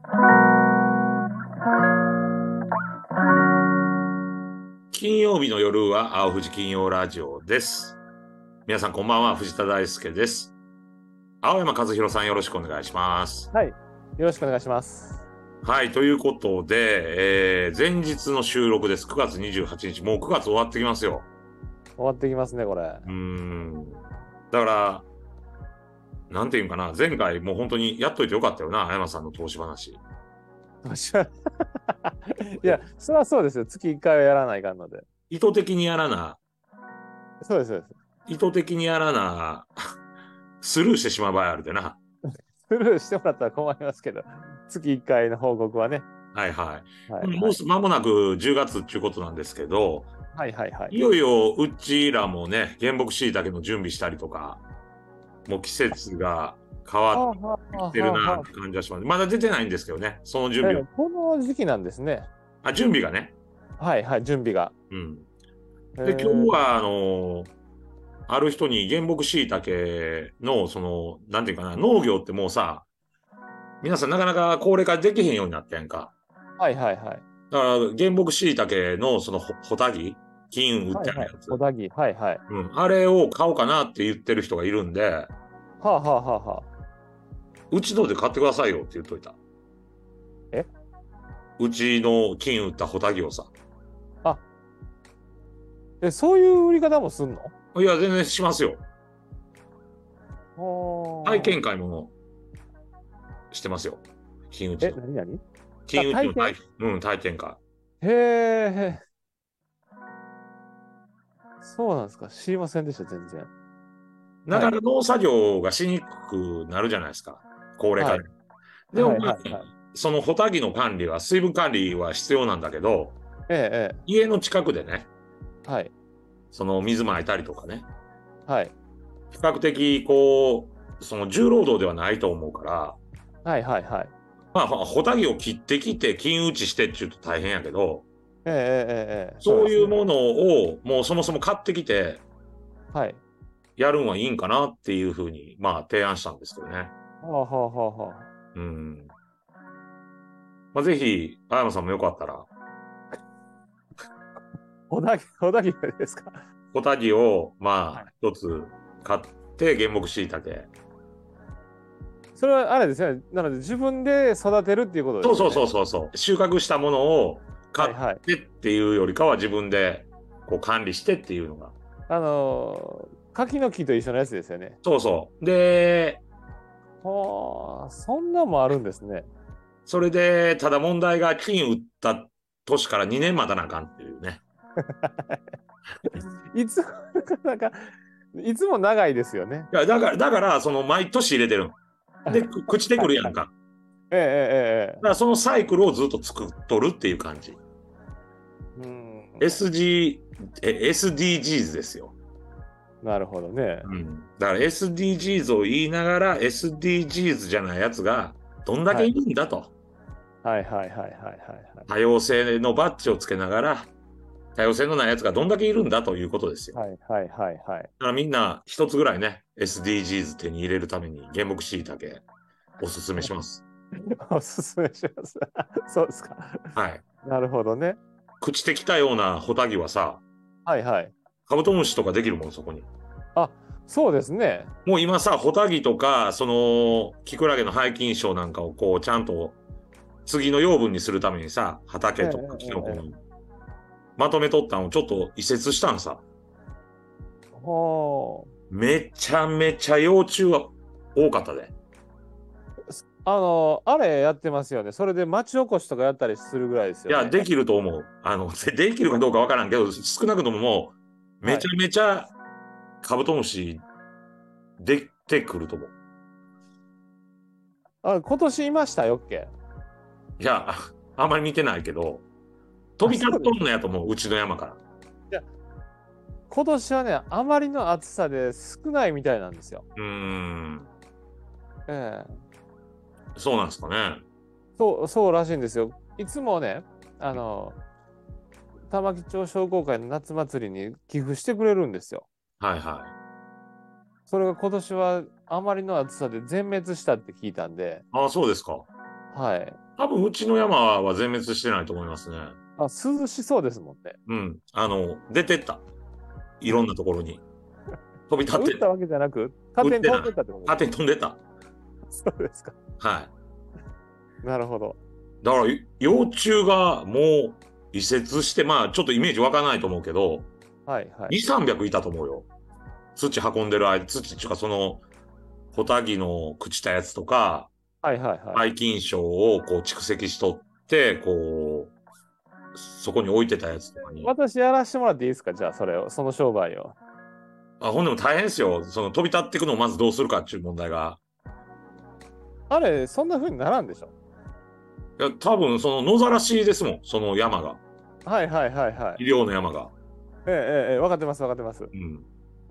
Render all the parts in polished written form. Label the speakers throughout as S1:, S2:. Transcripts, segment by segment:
S1: 金曜日の夜は青富士金曜ラジオです。皆さんこんばんは、藤田大輔です。青山和弘さん、よろしくお願いします。
S2: はい。よろしくお願いします。
S1: はい、ということで、前日の収録です。9月28日。もう9月終わってきますよ。
S2: 終わってきますね、これ。
S1: だから、なんていうんかな、前回もう本当にやっといてよかったよな、青山さんの投資話。
S2: いや、それはそうですよ。月1回はやらないかんので。
S1: 意図的にやらな、
S2: そうです、そうです。
S1: 意図的にやらな、スルーしてしまう場合あるでな。
S2: スルーしてもらったら困りますけど、月1回の報告はね。
S1: はいはい。
S2: はい、
S1: もう
S2: はい。
S1: 間もなく10月っていうことなんですけど、
S2: はい、はい、はい。
S1: いよいようちらもね、原木しいたけの準備したりとか、もう季節が変わっ
S2: はあ、はあ、はあ、
S1: てきてるな
S2: はあ。
S1: って感じはします。まだ出てないんですけどね、その準備を。
S2: この時期なんですね。
S1: 準備がね。
S2: はい、はい、準備が。
S1: うん。
S2: へ
S1: で、今日
S2: ー。
S1: は、ある人に原木しいたけの、なんていうかな、農業ってもうさ、皆さんなかなか高齢化できへんようになってんか。
S2: はい、はい、はい。
S1: だから、原木しいたけのそのホタギ、金売っ
S2: はい、はい。
S1: てあるやつ。
S2: 小田切。はい、はい。
S1: あれを買おうかなって言ってる人がいるんで、
S2: はあ、はあ、はあ、はあ。
S1: うちので買ってくださいよって言っといた。
S2: え
S1: うちの金売ったホタギをさ。
S2: あ、そういう売り方もすんの？
S1: いや、全然しますよ。体験
S2: は
S1: 会もしてますよ。金打
S2: あ。
S1: ちの。
S2: 何々？あ、
S1: 金打ちの
S2: 体験。
S1: 体験会。
S2: へえ。そうなんですか。知りませんでした、全然。はい。
S1: なかなか農作業がしにくくなるじゃないですか。高齢化で。
S2: はい。
S1: でも、
S2: はい、はい、はい。
S1: そのホタギの管理は、水分管理は必要なんだけど、
S2: ええ、え
S1: 家の近くでね、
S2: え。はい。
S1: その水まいたりとかね、
S2: はい。
S1: 比較的その重労働ではないと思うから、
S2: はい、はい、はい。
S1: まあ、ホタギを切ってきて、金打ちしてって言うと大変やけど、
S2: ええ、ええ、ええ。そう
S1: そう
S2: ですね。
S1: いうものをもうそもそも買ってきて
S2: はい。
S1: やるんはいいんかなっていうふうに、まあ提案したんですけどね。
S2: はあ、はあ、はあ、はあ。
S1: うん。まあ、ぜひ、青山さんもよかったら、
S2: 小田切ですか？
S1: ホタギを、まあ、
S2: はい。
S1: 一つ買って、原木しいたけ。
S2: それはあれですよね。なので、自分で育てるっていうことですよね。
S1: そう。収穫したものを買っ
S2: はい、はい。
S1: てっていうよりかは自分でこう管理してっていうのが。
S2: 柿の木と一緒のやつですよね。
S1: そうそう。で、
S2: はあ、そんなもあるんですね。
S1: それで、ただ問題が金売った年から2年待たなあかんっていうね。
S2: いつ、なかなか、いつも長いですよね。
S1: いや、だから、その毎年入れてるの。で、朽ちてく
S2: はい、はい。
S1: るやんか。
S2: ええ、ええ、ええ。
S1: だからそのサイクルをずっと作っとるっていう感じ。
S2: うん。
S1: SG、SDGs ですよ。
S2: なるほどね。
S1: だから SDGs を言いながら SDGs じゃないやつがどんだけい
S2: はい。
S1: るんだと。
S2: はい、はい、はい、はい、はい。
S1: 多様性のバッジをつけながら多様性のないやつがどんだけいるんだということですよ。
S2: はい、はい、はい、はい。
S1: だからみんな一つぐらいね、SDGs 手に入れるために原木しいたけおすすめします。
S2: おすすめします。そうですか。
S1: はい。
S2: なるほどね。
S1: 朽ちてきたようなホタギはさ、
S2: はい、はい。
S1: カブトムシとかできるもん、そこに。
S2: あ、そうですね。
S1: もう今さ、ホタギとか、キクラゲの廃菌床なんかをこう、ちゃんと次の養分にするためにさ、
S2: ええ、え
S1: 畑とかキノコの
S2: え、ええ。
S1: まとめとったんをちょっと移設したんさ。
S2: ほう。
S1: めちゃめちゃ幼虫は多かったで。
S2: あれやってますよね。それで町おこしとかやったりするぐらいです
S1: いや、
S2: よね。
S1: できると思う。できるかどうかわからんけど、少なくとももう、めちゃ
S2: はい。
S1: めちゃカブトムシ出てくると思う。
S2: 今年いましたよっけ？
S1: いや、あんまり見てないけど、飛
S2: あ、
S1: び交っと
S2: そうです。
S1: んのやと思う、うちの山から。
S2: いや、今年はね、あまりの暑さで少ないみたいなんですよ。
S1: うーん、
S2: ええ。
S1: そうなんですかね。
S2: そうらしいんですよ。いつもね、あの、玉城町商工会の夏祭りに寄付してくれるんですよ。
S1: はいは
S2: それが今年はあまりの暑さで全滅したって聞いたんで、
S1: い。ああ、そうですか。
S2: はい。
S1: 多分うちの山は全滅してないと思いますね。
S2: あ、涼しそうですもんね。
S1: うん。出てった。いろんなところに。飛び立って、
S2: 打ったわけじゃなく、縦に飛ん
S1: 打ってない。
S2: でったってこと
S1: 縦に飛んでた。
S2: ですか？そうですか。
S1: は
S2: なるほど。
S1: い。だから、幼虫がもう移設して、まあ、ちょっとイメージわかんないと思うけど、
S2: はいはい。
S1: 2、300いたと思うよ。土運んでる間、土っていうか、ホタギの朽ちたやつとか、
S2: はいはいはい。
S1: 細菌床をこう蓄積しとって、こう、そこに置いてたやつとかに。
S2: 私やらしてもらっていいですか？じゃあ、それを、その商売を。
S1: ほんでも大変ですよ。飛び立っていくのをまずどうするかっていう問題が。
S2: あれ、そんな風にならんでしょ？
S1: いや、多分、野ざらしですもん。その山が。
S2: はいはいはいはい。
S1: 医療の山が。
S2: 分かってます分かってます。
S1: うん。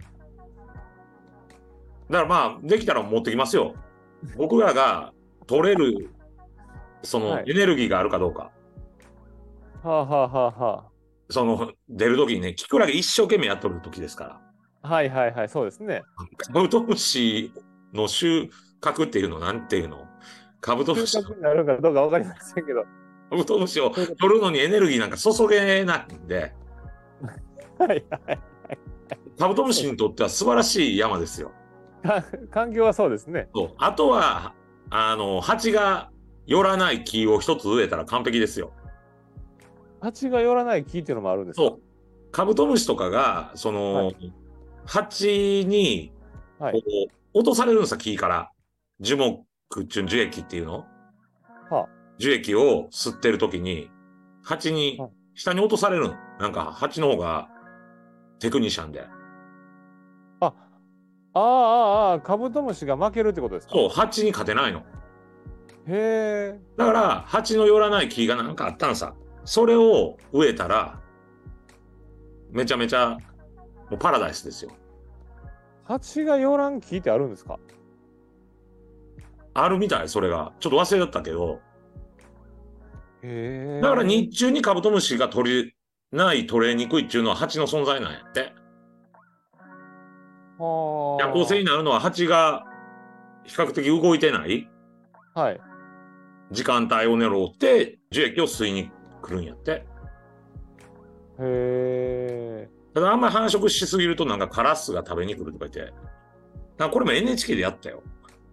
S1: だからまあ、できたら持ってきますよ。僕らが取れる、
S2: はい。
S1: エネルギーがあるかどうか。
S2: はあはあはあは
S1: 出るときにね、キクラゲ一生懸命やっとるときですから。
S2: あ。はいはいはい、そうですね。
S1: カブトムシの収穫っていうの、なんていうの？カブトム
S2: 収
S1: シ、
S2: 穫になるかどうか分かりませんけど。
S1: カブトムシを
S2: そういうこ
S1: 取るのにエネルギーなんか注げないんで、
S2: と。はいはい。
S1: カブトム
S2: そう。
S1: シにとっては素晴らしい山ですよ。
S2: 環境はそうですね。
S1: そう。あとは、蜂が寄らない木を一つ植えたら完璧ですよ。
S2: 蜂が寄らない木っていうのもあるんですか？
S1: そう。カブトムシとかが、
S2: はい。
S1: 蜂に、こ
S2: はい。
S1: う、落とされるんですよ、木から。樹木っていう樹液っていうの？
S2: は
S1: 樹液を吸ってるときに、蜂
S2: あ。
S1: に、
S2: は
S1: 下に落とされるの。なんか、蜂の方がテクニシャンで。
S2: あ。ああ、カブトムシが負けるってことですか？
S1: そう、蜂に勝てないの。
S2: へえ。
S1: だから、蜂の寄らない木がなんかあったんさ。それを植えたら、めちゃめちゃ、もうパラダイスですよ。
S2: 蜂が寄らん木ってあるんですか？
S1: あるみたい、それが。ちょっと忘れだったけど。
S2: へ
S1: だから
S2: え。
S1: 日中にカブトムシが取れにくいっていうのは蜂の存在なんやって。夜行性に
S2: は
S1: なるのは蜂が比較的動いてない
S2: あ。はい。
S1: 時間帯を狙って樹液を吸いに来るんやって。
S2: へえ。
S1: ただあんまり繁殖しすぎるとなんかカラスが食べに来るとか言って。なんかこれも NHK でやったよ。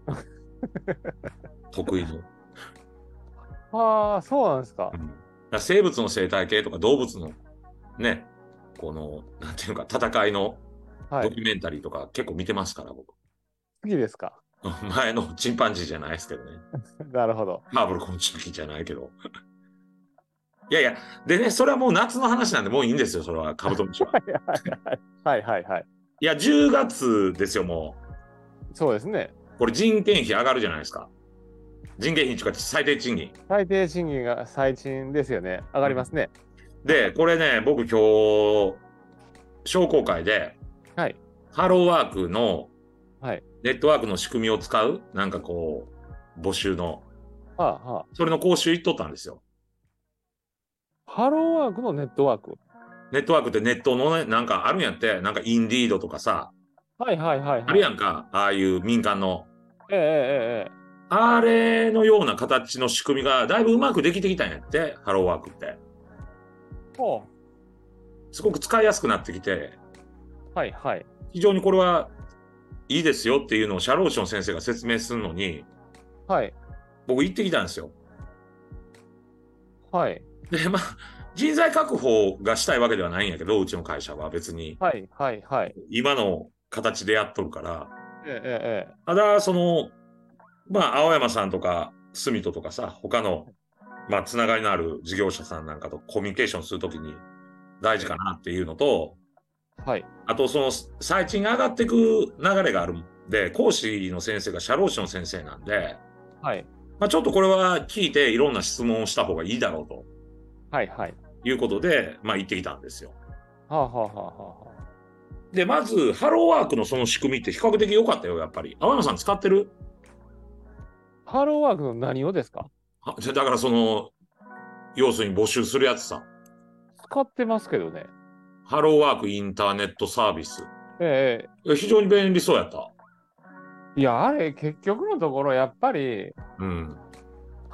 S1: 得意の。
S2: はあ、そうなんですか。
S1: うん、生物の生態系とか動物のね、なんていうか戦いの
S2: はい。
S1: ドキュメンタリーとか結構見てますから、僕。
S2: 次ですか。
S1: 前のチンパンジーじゃないですけどね。
S2: なるほど。
S1: マーブル昆虫記じゃないけど。いやいや、でね、それはもう夏の話なんでもういいんですよ、それは、カブトムシは。
S2: はいはいはいはい。
S1: いや、10月ですよ、も
S2: そうですね。
S1: う。これ人件費上がるじゃないですか。人件費っていうか最低賃金。
S2: 最低賃金が最賃ですよね。上が
S1: うん、
S2: りますね。
S1: で、これね、僕今日、商工会で、
S2: はい。
S1: ハローワークの
S2: はい。
S1: ネットワークの仕組みを使う、なんか募集の、
S2: はあはあ。
S1: それの講習行っとったんですよ。
S2: ハローワークのネットワーク。
S1: ネットワークってネットのね、なんかあるんやって、なんかインディードとかさ、
S2: はいはいはい
S1: ある
S2: はい。
S1: やんか、ああいう民間の。
S2: ええ。
S1: あれのような形の仕組みがだいぶうまくできてきたんやって、ハローワークって。
S2: ほう。
S1: すごく使いやすくなってきて、
S2: はいはい。
S1: 非常にこれはいいですよっていうのを社労士の先生が説明するのに、
S2: はい。
S1: 僕行ってきたんですよ。
S2: はい。
S1: で、まあ、人材確保がしたいわけではないんやけど、うちの会社は別に、
S2: はいはいはい。
S1: 今の形でやっとるから、
S2: ええ。
S1: ただ、まあ、青山さんとか、住人とかさ、他の、まあ、つながりのある事業者さんなんかとコミュニケーションするときに大事かなっていうのと、
S2: はい。
S1: あと、最賃が上がっていく流れがあるんで、講師の先生が社労士の先生なんで、
S2: はい。
S1: まあ、ちょっとこれは聞いていろんな質問をした方がいいだろうと
S2: はいはい。
S1: いうことで、まあ、行ってきたんですよ。
S2: はあはあはあはあ。
S1: で、まず、ハローワークのその仕組みって比較的良かったよ、やっぱり。青山さん使ってる？
S2: ハローワークの何をですか？
S1: だから要するに募集するやつさ。
S2: 使ってますけどね。
S1: ハローワークインターネットサービス。
S2: ええ。
S1: 非常に便利そうやった。
S2: いや、あれ、結局のところ、やっぱり、
S1: うん。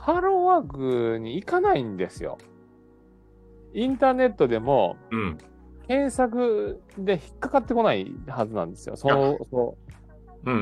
S2: ハローワークに行かないんですよ。インターネットでも
S1: うん。
S2: 検索で引っかかってこないはずなんですよ。
S1: うんうんうん。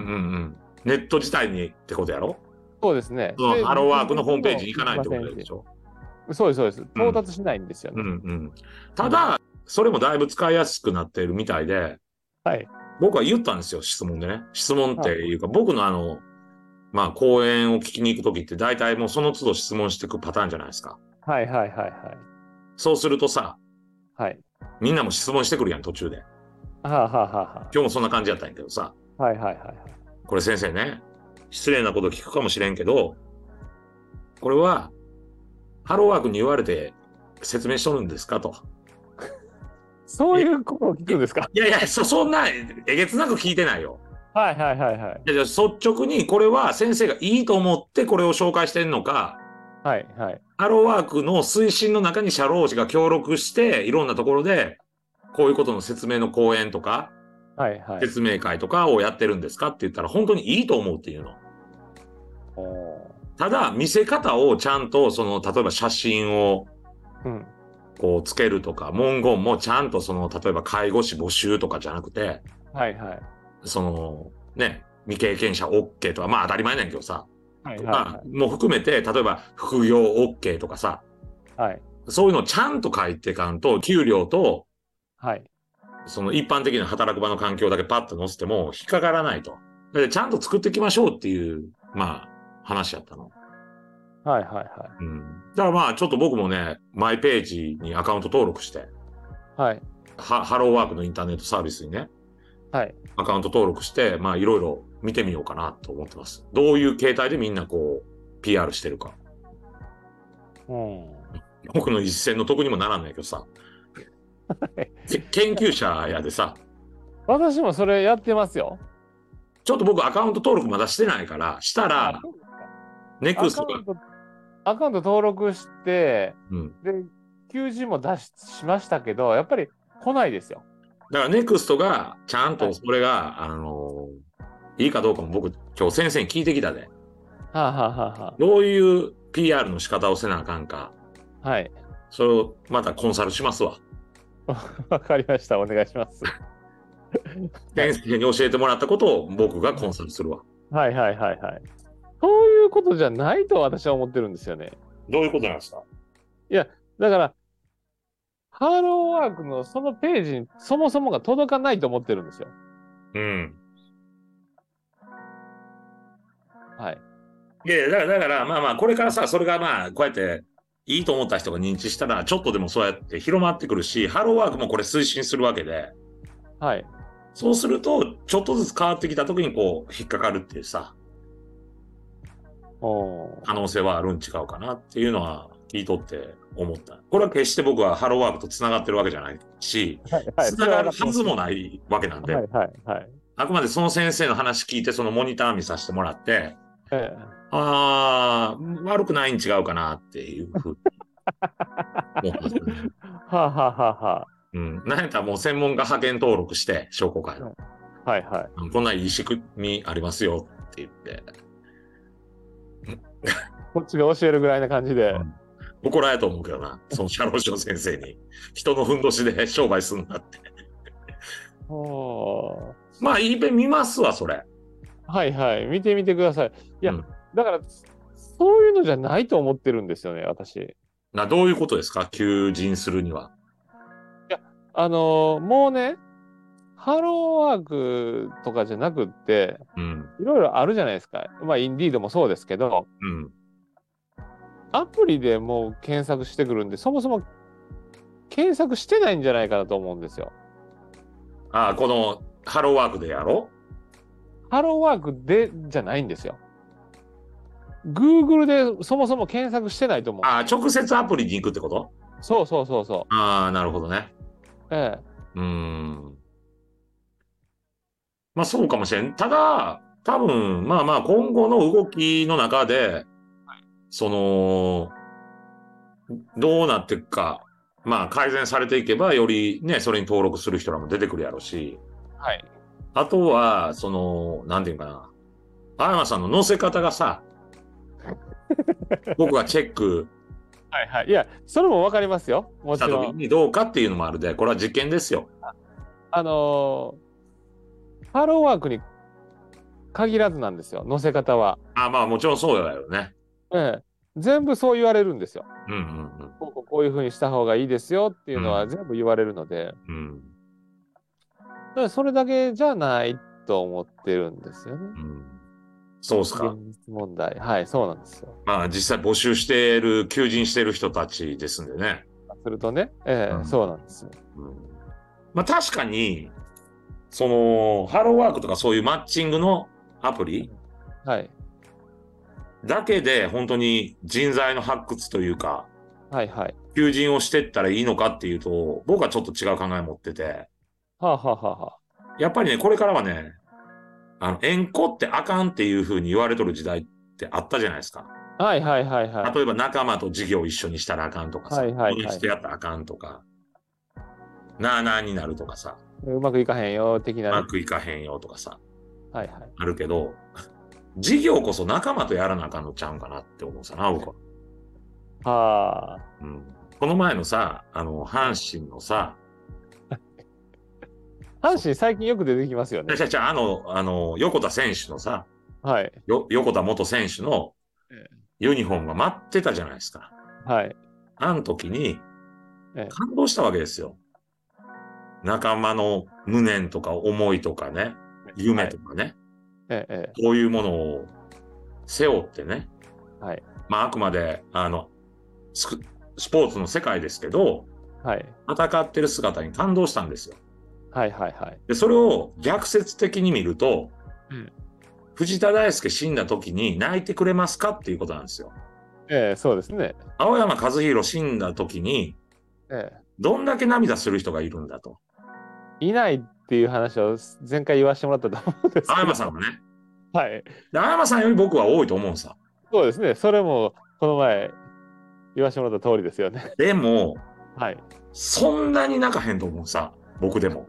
S1: ネット自体にってことやろ？
S2: そうですね。
S1: その
S2: で、
S1: ハローワークのホームページに行かないってこ
S2: 行きませんし。
S1: とでしょ？
S2: そうです、そうです。
S1: うん。
S2: 到達しないんですよ
S1: うん
S2: ね。
S1: うん。ただ、それもだいぶ使いやすくなっているみたいで、
S2: はい。
S1: 僕は言ったんですよ、質問でね。質問って
S2: あ、
S1: いうか、僕のまあ、講演を聞きに行くときって、大体もうその都度質問していくパターンじゃないですか。
S2: はいはいはいはい。
S1: そうするとさ、
S2: はい。
S1: みんなも質問してくるやん、途中で。
S2: はあ、はあはあは
S1: 今日もそんな感じやったんやけどさ、
S2: あ、はいはいはいはい。
S1: これ先生ね、失礼なこと聞くかもしれんけど、これは、ハローワークに言われて説明しとるんですかと。
S2: そういうことを聞くんですか？
S1: いやいや、そんな、えげつなく聞いてないよ。
S2: はいはいはいはい。
S1: いや率直に、これは先生がいいと思ってこれを紹介してんのか、
S2: はいはい。
S1: ハローワークの推進の中に社労士が協力して、いろんなところで、こういうことの説明の講演とか、
S2: はいはい。
S1: 説明会とかをやってるんですかって言ったら、本当にいいと思うっていうの。
S2: おー。
S1: ただ、見せ方をちゃんと、例えば写真を、
S2: うん。
S1: こう、つけるとか、文言もちゃんと、例えば介護士募集とかじゃなくて、
S2: はいはい。
S1: 未経験者 OK とか、まあ当たり前なんやけどさ、
S2: はい
S1: とか、
S2: はいはい。
S1: もう含めて、例えば副業 OK とかさ、
S2: はい。
S1: そういうのをちゃんと書いていかんと、給料と、
S2: はい。
S1: その一般的な働く場の環境だけパッと載せても引っかからないと。でちゃんと作っていきましょうっていう、まあ、話やったの。
S2: はいはいは
S1: うん。だからまあ、ちょっと僕もね、マイページにアカウント登録して、
S2: い。はい。
S1: ハローワークのインターネットサービスにね、
S2: はい。
S1: アカウント登録して、まあ、いろいろ見てみようかなと思ってます。どういう形態でみんなこう、PR してるか。
S2: うん。
S1: 僕の一銭の得にもならないけどさ、研究者やでさ、
S2: 私もそれやってますよ。
S1: ちょっと僕アカウント登録まだしてないから、した
S2: あ、
S1: ら、
S2: そうですか。
S1: ネクストが、
S2: アカウント登録して、
S1: うん。
S2: で、求人もしましたけど、やっぱり来ないですよ。
S1: だからネクストが、ちゃん
S2: はい。
S1: とそれが、いいかどうかも僕、今日先生に聞いてきたで。
S2: はあ、はあはあは
S1: どういう PR の仕方をせなあかんか。
S2: あ、はい。
S1: それをまたコンサルしますわ。
S2: わかりました。お願いします。はい。
S1: 先生に教えてもらったことを僕がコンサルするわ。
S2: はいはいはいはい。そういうことじゃないと私は思ってるんですよね。
S1: どういうことなんですか？
S2: いや、だから、ハローワークのそのページにそもそもが届かないと思ってるんですよ。
S1: うん。
S2: はい。
S1: いや、だからまあまあ、これからさ、それがまあ、こうやって、いいと思った人が認知したら、ちょっとでもそうやって広まってくるし、ハローワークもこれ推進するわけで、
S2: はい。
S1: そうすると、ちょっとずつ変わってきた時にこう、引っかかるっていうさ、
S2: おー。
S1: 可能性はあるん違うかなっていうのは聞いとって思った。これは決して僕はハローワークと繋がってるわけじゃないし、
S2: はいはい。そ
S1: 繋
S2: れは
S1: がるはず
S2: 分かってますよ。
S1: もないわけなんで、
S2: はいはいはい。
S1: あくまでその先生の話聞いて、そのモニター見させてもらって、
S2: ええ。
S1: 悪くないん違うかなっていうふうに思ってますね。
S2: はあ、はあはあは
S1: うん。なんやったらもう専門家派遣登録して、商工会の。
S2: あ、はいはい。
S1: こんないい仕組みありますよって言って、
S2: こっちが教えるぐらいな感じで。
S1: うん、怒られと思うけどな、その社労士の先生に。人のふんどしで商売すんなって。
S2: おー。
S1: まあ、いいべ見ますわ、それ。
S2: はいはい。見てみてください。いや、
S1: うん。
S2: だから、そういうのじゃないと思ってるんですよね、私。い
S1: どういうことですか？求人するには。
S2: や、もうね、ハローワークとかじゃなくって、
S1: うん。
S2: いろいろあるじゃないですか。まあ、インディードもそうですけど、
S1: うん。
S2: アプリでもう検索してくるんで、そもそも検索してないんじゃないかなと思うんですよ。
S1: このハローワークでやろ
S2: ハローワークでじゃないんですよ。Google でそもそも検索してないと思うんですよ。
S1: 直接アプリに行くってこと？
S2: そうそうそうそ
S1: なるほどね。
S2: う。ええ。
S1: うーん。まあそうかもしれん。ただ、多分、まあまあ今後の動きの中で、その、どうなっていくか、まあ改善されていけば、よりね、それに登録する人らも出てくるやろうし、
S2: はい。
S1: あとは、なんていうかな、青山さんの載せ方がさ、 僕がチェック
S2: はいはい。いや、それもわかりますよ。も
S1: した
S2: ちろん。
S1: 時にどうかっていうのもあるで、これは実験ですよ。
S2: あのハローワークに限らずなんですよ、載せ方は。
S1: まあもちろんそうだよね。
S2: ええ。全部そう言われるんですよ。
S1: うんうん
S2: こういうふうにした方がいいですよっていうのは
S1: うん。
S2: 全部言われるので、
S1: うん。
S2: だからそれだけじゃないと思ってるんですよね。
S1: うん。そうっす
S2: 現
S1: か。
S2: 実問題。はい、そうなんですよ。
S1: まあ実際募集している、求人している人たちですんでね。
S2: するとね、
S1: うん
S2: そうなんですよ。
S1: うん、まあ確かに、その、ハローワークとかそういうマッチングのアプリ
S2: はい、
S1: だけで本当に人材の発掘というか、
S2: はい、はい。
S1: 求人をしていったらいいのかっていうと、僕はちょっと違う考えを持ってて、
S2: はあ、はあはあは
S1: やっぱりね、これからはね、縁故ってあかんっていう風に言われとる時代ってあったじゃないですか。
S2: あ、はい、はい、はい、はい。
S1: 例えば仲間と事業を一緒にしたらあかんとかさ、
S2: はい、はい、
S1: 友
S2: はい。
S1: 達とやったらあかんとか、なあなあになるとかさ、
S2: うまくいかへんよ、的なね。
S1: うまくいかへんよとかさ、
S2: はい、はい。
S1: あるけど、事業こそ仲間とやらなあかんのちゃうんかなって思うさな、僕は。
S2: はあ。
S1: うん、この前のさ、阪神のさ、
S2: 阪神最近よく出てきますよね。
S1: 横田選手のさ、
S2: はい。
S1: 横田元選手の
S2: え
S1: ユニフォームが待ってたじゃないですか。
S2: はい。
S1: あの時に
S2: え
S1: 感動したわけですよ。仲間の無念とか思いとかね、夢
S2: はい。
S1: とかね、
S2: ええ、
S1: そういうものを背負ってね、
S2: はい。
S1: まああくまで、スポーツの世界ですけど、
S2: はい。
S1: 戦ってる姿に感動したんですよ。
S2: はい、はい、はい。
S1: で、それを逆説的に見ると、
S2: うん。
S1: 藤田大輔死んだ時に泣いてくれますかっていうことなんですよ。
S2: そうですね。
S1: 青山和弘死んだ時に、
S2: え
S1: どんだけ涙する人がいるんだと。
S2: いないっていう話を前回言わせてもらったと思うんです
S1: 青
S2: けど。
S1: 山さんはね。
S2: はい。
S1: で青山さんより僕は多いと思うんさ。
S2: そうですね。それも、この前言わせてもらった通りですよね。
S1: でも、
S2: はい。
S1: そんなに泣かへんと思うさ。僕でも。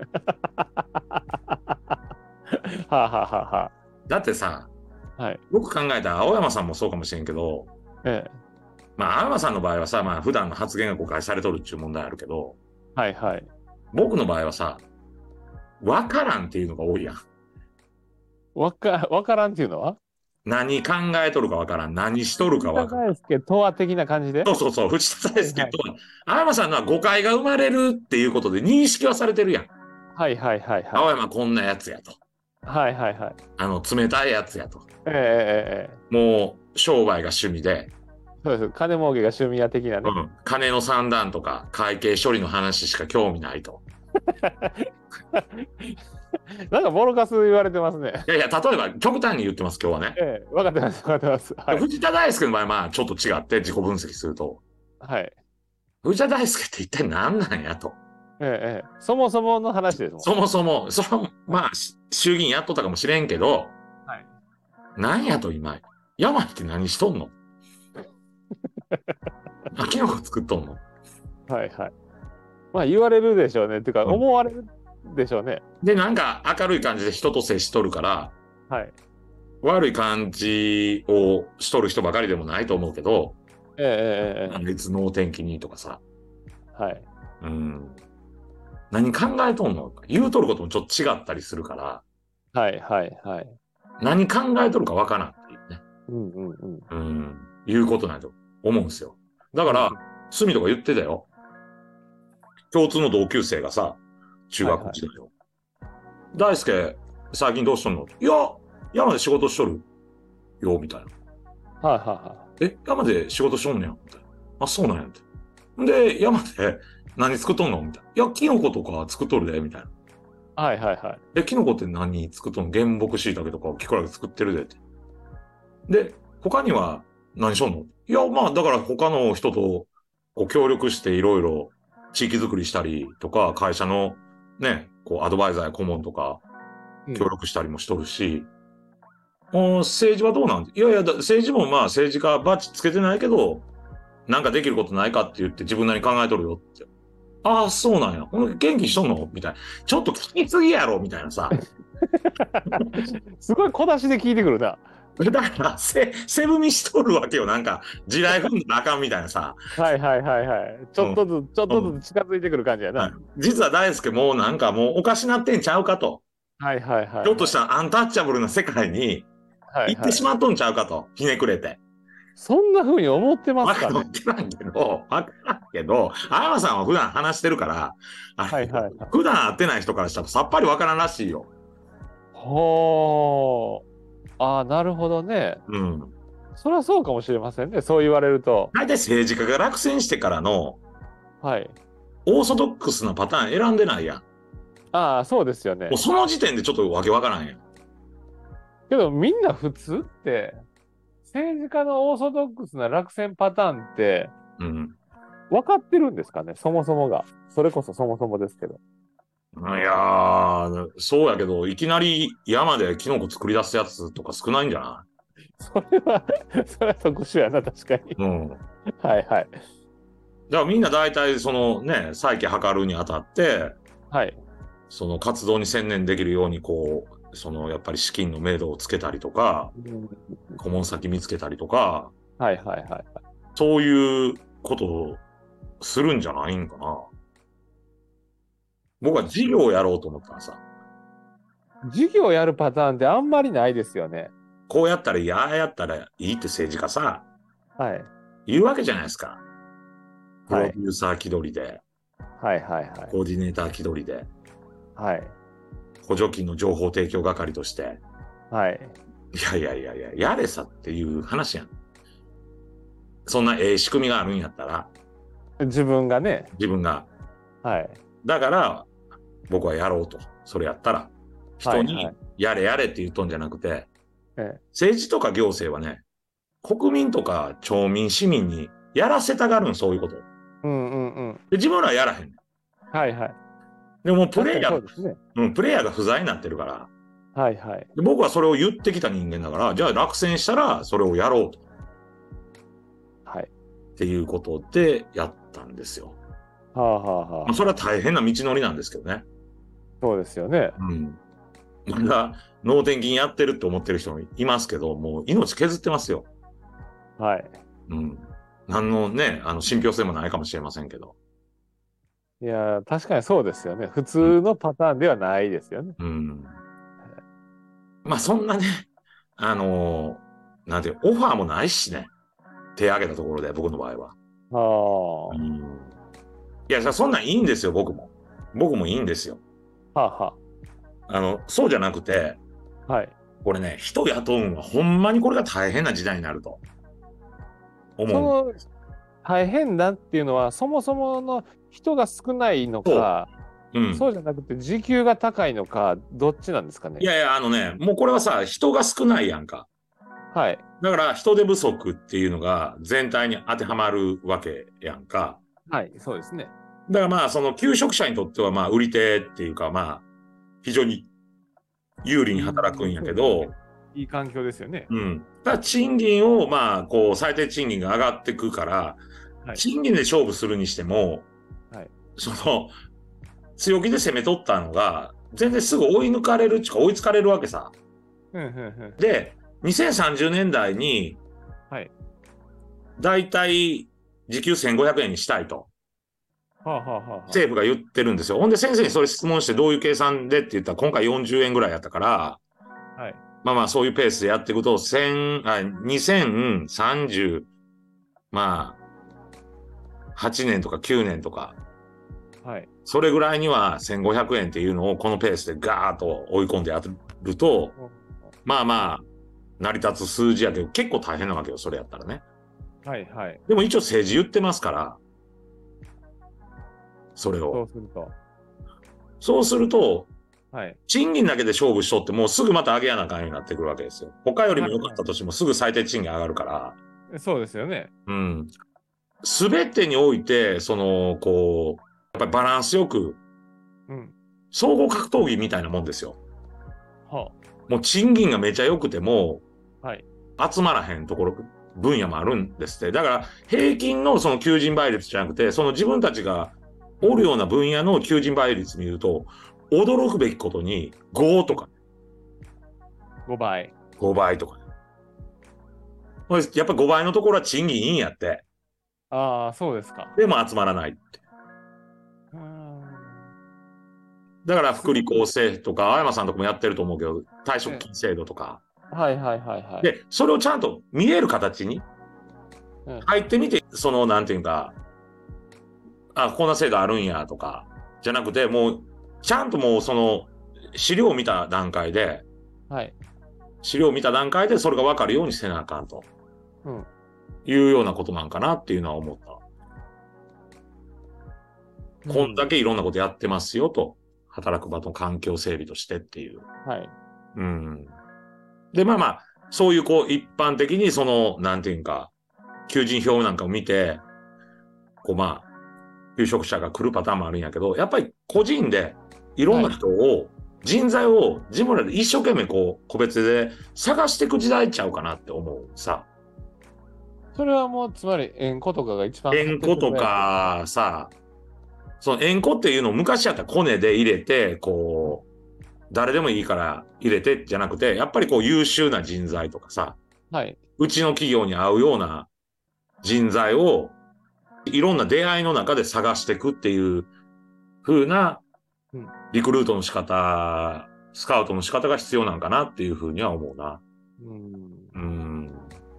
S2: はあ、はあはあは
S1: だってさ、
S2: あ。はい。
S1: 僕考えたら青山さんもそうかもしれんけど、
S2: ええ。
S1: まあ青山さんの場合はさ、まあ普段の発言が誤解されとるっていう問題あるけど、
S2: はいはい。
S1: 僕の場合はさ、わからんっていうのが多いやん。
S2: わからんっていうのは
S1: 何考えとるかわからん。何しとるか
S2: 藤田
S1: わからん。
S2: 大輔とは的な感じで
S1: そうそうそう。藤田
S2: はいはい。
S1: 大輔と、青山さんのは誤解が生まれるっていうことで認識はされてるやん。
S2: はいはいはいはい。
S1: 青山こんなやつやと。
S2: はいはいはい。
S1: 冷たいやつやと。
S2: ええええええ。
S1: もう、商売が趣味で、
S2: そうです。金儲けが趣味や的なね。
S1: うん、金の算段とか会計処理の話しか興味ないと。
S2: なんかボロカス言われてますね。
S1: いやいや、例えば極端に言ってます、今日はね。
S2: わかってます、わかってます。はい。
S1: 藤田大輔の場合はまあちょっと違って自己分析すると、
S2: はい。
S1: 藤田大輔って一体何なんやと。
S2: そもそもの話ですもん。
S1: そもそも、まあ、衆議院やっとったかもしれんけど、
S2: はい。
S1: 何やと今、山って何しとんの？キノコ作っとんの？
S2: はいはい。まあ言われるでしょうね。っていうか、
S1: うん、
S2: 思われるでしょうね。
S1: で、なんか明るい感じで人と接しとるから、
S2: はい。
S1: 悪い感じをしとる人ばかりでもないと思うけど、あいつ能天気にとかさ、
S2: はい。
S1: うん。何考えとんの？言うとることもちょっと違ったりするから、
S2: はいはいはい。
S1: 何考えとるかわからんっていうね。
S2: うんうんうん。
S1: うん。いうことないと思うんですよ。だから、隅とか言ってたよ。共通の同級生がさ、中学時代よ。大輔、最近どうしとんの？いや、山で仕事しとるよ、みたいな。
S2: はいはいはい。
S1: 山で仕事しとんねや、みたいな。あ、そうなんや、みたいな。で、山で何作っとんの？みたいな。いや、キノコとか作っとるで、みたいな。
S2: はいはいはい。
S1: キノコって何作っとんの？原木椎茸とかキクラゲ作ってるでって。で、他には何しとんの？いや、まあ、だから他の人とこう協力していろいろ地域づくりしたりとか、会社のね、こうアドバイザーや顧問とか協力したりもしとるし、政治はどうなん？いやいや、政治もまあ政治家バッチつけてないけど、なんかできることないかって言って自分なりに考えとるよって。ああ、そうなんや。元気しとんの？みたいな。ちょっと聞きすぎやろみたいなさ。
S2: すごい小出しで聞いてくるな。
S1: だから背踏みしとるわけよ。なんか、地雷踏んだらあかんみたいなさ。
S2: はいはいはいはい。ちょっとずつ、ちょっとずつ近づいてくる感じや
S1: はい、
S2: な。
S1: 実は大輔もなんかもうおかしなってんちゃうかと。
S2: はいはいはい
S1: ひょっとし
S2: はい。
S1: たらアンタッチャブルな世界に行って
S2: はいはい。
S1: しまっとんちゃうかと。ひねくれて。
S2: そんな風に思ってますかね。
S1: わからんけど、わからんけど、あやまさんは普段話してるから、
S2: はいはいはい。
S1: 普段会ってない人からしたらさっぱりわからんらしいよ。
S2: ほー。ああ、なるほどね。
S1: うん。
S2: そりゃそうかもしれませんね。そう言われると。
S1: 大体政治家が落選してからの
S2: はい。
S1: オーソドックスなパターン選んでないやん。
S2: ああ、そうですよね。
S1: もうその時点でちょっとわけわからんやん。
S2: けどみんな普通って、政治家のオーソドックスな落選パターンって
S1: うん。
S2: 分かってるんですかね、そもそもが。それこそそもそもですけど。
S1: いやー、そうやけど、いきなり山でキノコ作り出すやつとか少ないんじゃな
S2: それは特殊やな、確かに。
S1: い？うん。
S2: はいはい。
S1: だからみんな大体そのね、再起図るにあたって、
S2: はい。
S1: その活動に専念できるようにこう、そのやっぱり資金の明度をつけたりとか、
S2: うん、
S1: 顧問先見つけたりとか、
S2: はいはいはい。
S1: そういうことをするんじゃないんかな。僕は事業をやろうと思ったらさ、
S2: 授業やるパターンってあんまりないですよね。
S1: こうやったらいい、ああやったらいいって政治家さ、
S2: はい。
S1: 言うわけじゃないですか。プロ
S2: はい。
S1: デューサー気取りで、
S2: はいはいはい。
S1: コーディネーター気取りで、
S2: はい。
S1: 補助金の情報提供係として、
S2: はい。
S1: やれさっていう話やん。そんな仕組みがあるんやったら、
S2: 自分がね。
S1: 自分が。
S2: はい。
S1: だから、僕はやろうと。それやったら、人に
S2: はいはい。
S1: やれやれって言っとんじゃなくて、
S2: え
S1: 政治とか行政はね、国民とか町民、市民にやらせたがるん、そういうこと。で、
S2: うんうんうん。
S1: 自分らはやらへん。
S2: はいはい。
S1: でもプ
S2: 確かに
S1: レイヤー、
S2: そうですね。
S1: プレイヤーが不在になってるから、
S2: はいはい。
S1: で僕はそれを言ってきた人間だから、じゃあ落選したらそれをやろうと。
S2: はい。
S1: っていうことでやったんですよ。
S2: はあはあはあ。
S1: まあ、それは大変な道のりなんですけどね。
S2: そうですよね。
S1: うん。まだ脳天筋やってるって思ってる人もいますけど、もう命削ってますよ。
S2: はい。
S1: うん。何のね、信憑性もないかもしれませんけど。
S2: いやー、確かにそうですよね。普通のパターンではないですよね。
S1: うん。まあそんなね、なんていう、オファーもないしね。手挙げたところで、僕の場合は。
S2: は
S1: うん。いや、そんなんいいんですよ、僕も。僕もいいんですよ。
S2: あ。は
S1: そうじゃなくて、
S2: あ。はい。
S1: これね、人雇うんはほんまにこれが大変な時代になると思う。
S2: その大変だっていうのは、そもそもの人が少ないのか、
S1: うん。
S2: そうじゃなくて時給が高いのか、どっちなんですかね。
S1: いやいや、もうこれはさ、人が少ないやんか。
S2: はい。
S1: だから人手不足っていうのが全体に当てはまるわけやんか。
S2: はい、そうですね。
S1: だからまあ、その求職者にとってはまあ、売り手っていうかまあ、非常に有利に働くんやけど、
S2: いい環境ですよね。
S1: うん。ただ賃金をまあ、こう、最低賃金が上がってくから、
S2: はい。
S1: 賃金で勝負するにしても、
S2: はい。
S1: その、強気で攻め取ったのが、全然すぐ追い抜かれるっていうか追いつかれるわけさ。
S2: うんうんうん。
S1: で、2030年代に、
S2: はい。
S1: だいたい時給1500円にしたいと。
S2: はあはあはあはあ。
S1: 政府が言ってるんですよ。ほんで先生にそれ質問してどういう計算でって言ったら今回40円ぐらいやったから、
S2: はい。
S1: まあまあそういうペースでやっていくと、2030、まあ、8年とか9年とか、
S2: はい。
S1: それぐらいには1500円っていうのをこのペースでガーッと追い込んでやると、まあまあ、成り立つ数字やけど結構大変なわけよ、それやったらね。
S2: はいはい。
S1: でも一応政治言ってますから、それ
S2: そ
S1: を。
S2: うすると。
S1: そうすると、
S2: はい。
S1: 賃金だけで勝負しとってもうすぐまた上げやなあかんようになってくるわけですよ。他よりも良かったとしてもすぐ最低賃金上がるから。
S2: そうですよね。
S1: うん。すべてにおいて、その、こう、やっぱりバランスよく、
S2: うん。
S1: 総合格闘技みたいなもんですよ。
S2: は
S1: もう賃金がめちゃ良くても、
S2: あ。はい。
S1: 集まらへんところ、分野もあるんですって。だから、平均のその求人倍率じゃなくて、その自分たちがおるような分野の求人倍率見ると、驚くべきことに5とか
S2: 5倍。
S1: 5倍とか、 やっぱ5倍のところは賃金いいんやって。
S2: ああ、そうですか。
S1: でも集まらないって。
S2: うーん。
S1: だから福利
S2: すごく、
S1: 厚生とか、青山さんとかもやってると思うけど、退職
S2: え
S1: 金制度とか。
S2: はいはいはいはい。
S1: で、それをちゃんと見える形に
S2: うん。
S1: 入ってみて、なんていうか、あ、こんな制度あるんやとか、じゃなくて、もう、ちゃんともう資料を見た段階で、
S2: はい。
S1: 資料を見た段階でそれが分かるようにせなあかんと
S2: うん。
S1: いうようなことなんかなっていうのは思った。こんだ
S2: うん。
S1: けいろんなことやってますよと。働く場の環境整備としてっていう。
S2: はい。
S1: うん。で、まあまあ、そういう一般的になんていうか、求人票なんかを見て、まあ、求職者が来るパターンもあるんやけど、やっぱり個人でいろんな
S2: はい。
S1: 人を、人材を自分らで一生懸命個別で探していく時代ちゃうかなって思うさ。
S2: それはもう、つまり、縁故とかが一番買ってっ
S1: 縁故と
S2: てくれないと。
S1: かさ、その縁故っていうのを昔やったらコネで入れて、誰でもいいから入れてじゃなくて、やっぱり優秀な人材とかさ、
S2: はい。
S1: うちの企業に合うような人材をいろんな出会いの中で探していくっていう風な
S2: うん。
S1: リクルートの仕方、スカウトの仕方が必要なんかなっていう風には思うな。
S2: うん。
S1: うん。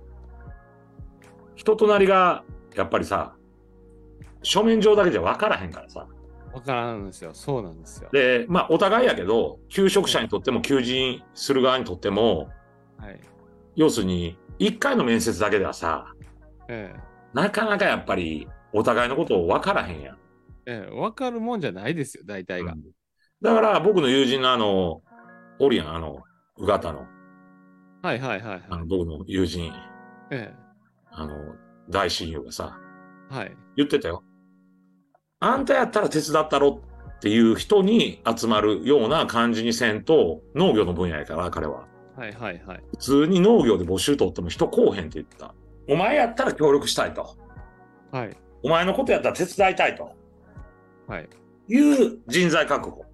S1: 人となりが、やっぱりさ、書面上だけじゃ分からへんからさ。
S2: わからんんですよ。そうなんですよ。
S1: で、まあ、お互いやけど、求職者
S2: ええ。
S1: にとっても求人する側にとっても、
S2: はい。
S1: 要するに、一回の面接だけではさ、
S2: ええ。
S1: なかなかやっぱり、お互いのことを分からへんやん。
S2: ええ。わかるもんじゃないですよ、大体が。
S1: うん。だから、僕の友人のおるやん、うがたの、
S2: はいはいはいはい。
S1: 僕の友人、
S2: え
S1: あの、大親友がさ、
S2: え。はい。
S1: 言ってたよ。あんたやったら手伝ったろっていう人に集まるような感じにせんと、農業の分野やから、彼は。
S2: はいはいはい。
S1: 普通に農業で募集取っても人来おへんって言った。お前やったら協力したいと。
S2: はい。
S1: お前のことやったら手伝いたいと
S2: はい。
S1: いう人材確保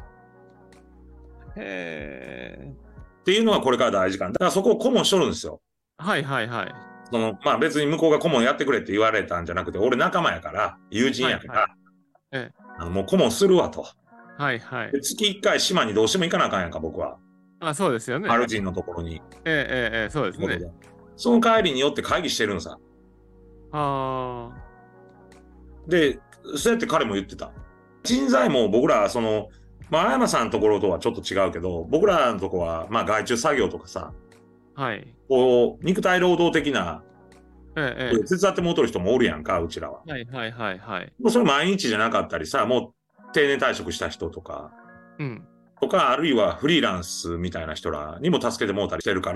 S2: へえ。
S1: っていうのがこれから大事かな。だからそこを顧問しとるんですよ。
S2: はいはいはい。
S1: まあ別に向こうが顧問やってくれって言われたんじゃなくて、俺仲間やから、友人
S2: はいはい。
S1: やから、
S2: ええ。
S1: もう顧問するわと。
S2: はいはい。
S1: で月1回島にどうしても行かなあかんやんか、僕は。
S2: あ、そうですよね。
S1: ある人のところに。
S2: ええええええ、そうですね。
S1: 仕事で。その帰りによって会議してるんさ。
S2: あ
S1: で、そうやって彼も言ってた。人材も僕ら、まあ、青山さんのところとはちょっと違うけど、僕らのとこは、まあ、外注作業とかさ、
S2: あ。はい。
S1: 肉体労働的な、
S2: えええ
S1: 手伝ってもうとる人もおるやんか、うちらは。
S2: え。はいはいはいはい。
S1: もうそれ毎日じゃなかったりさ、もう定年退職した人とか、
S2: うん。
S1: あるいはフリーランスみたいな人らにも助けてもうたりしてるから、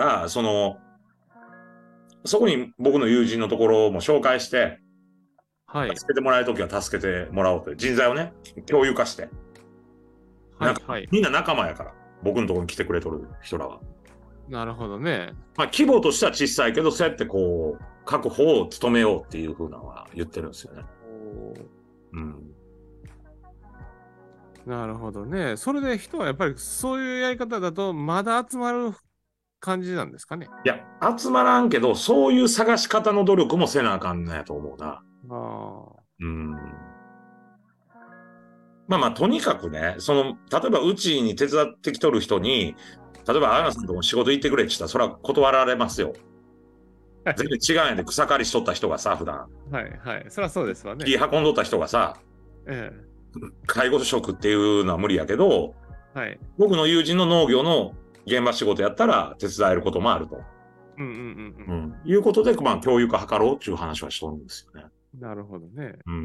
S1: そこに僕の友人のところも紹介して、
S2: はい。
S1: 助けてもらえるときは助けてもらおうと。人材をね、共有化して。なんか、
S2: はいはい。
S1: みんな仲間やから。僕のところに来てくれとる人らは。
S2: なるほどね。
S1: まあ、規模としては小さいけど、そうやって確保を努めようっていうふうなのは言ってるんですよね。
S2: おー、
S1: うん。
S2: なるほどね。それで人はやっぱりそういうやり方だとまだ集まる感じなんですかね。
S1: いや、集まらんけど、そういう探し方の努力もせなあかんねやと思うな。
S2: ああ。
S1: うん。まあまあ、とにかくね、例えばうちに手伝ってきとる人に、例えば、あやなさんとこ仕事行ってくれって言ったら、それは断られますよ。全然違うんやで、草刈りしとった人がさ、普段。
S2: はいはい。そりゃそうですわね。
S1: 木運んどった人がさ、
S2: ええ。
S1: 介護職っていうのは無理やけど、
S2: はい。
S1: 僕の友人の農業の現場仕事やったら手伝えることもあると。
S2: うんうんうん
S1: いうことで、まあ、教育化図ろうっていう話はしとるんですよね。
S2: うん。なるほどね。
S1: うん。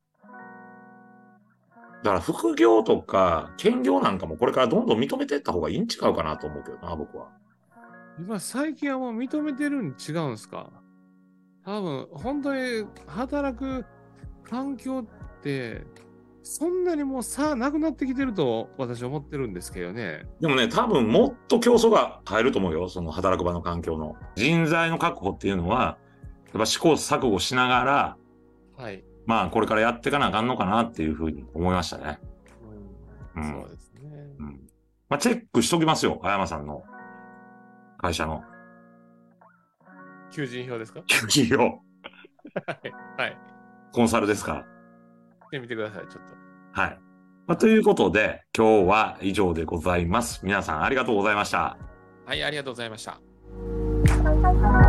S1: だから副業とか兼業なんかもこれからどんどん認めていった方がいいん違うかなと思うけどな、僕は。
S2: 今最近はもう認めてるに違うんですか？多分、本当に働く環境って、そんなにもう差なくなってきてると私は思ってるんですけどね。
S1: でもね、多分もっと競争が入ると思うよ。その働く場の環境の。人材の確保っていうのは、やっぱ試行錯誤しながら、
S2: はい。
S1: まあこれからやっていかなあかんのかなっていうふうに思いましたね。う
S2: そう
S1: ん。
S2: ですね。
S1: うん。まあチェックしときますよ。あやまさんの会社の。
S2: 求人票ですか？
S1: 求人票、
S2: はい。はい。
S1: コンサルですか？
S2: してみてください、ちょっと。
S1: はい。まあ、ということで、今日は以上でございます。皆さんありがとうございました。
S2: はい、ありがとうございました。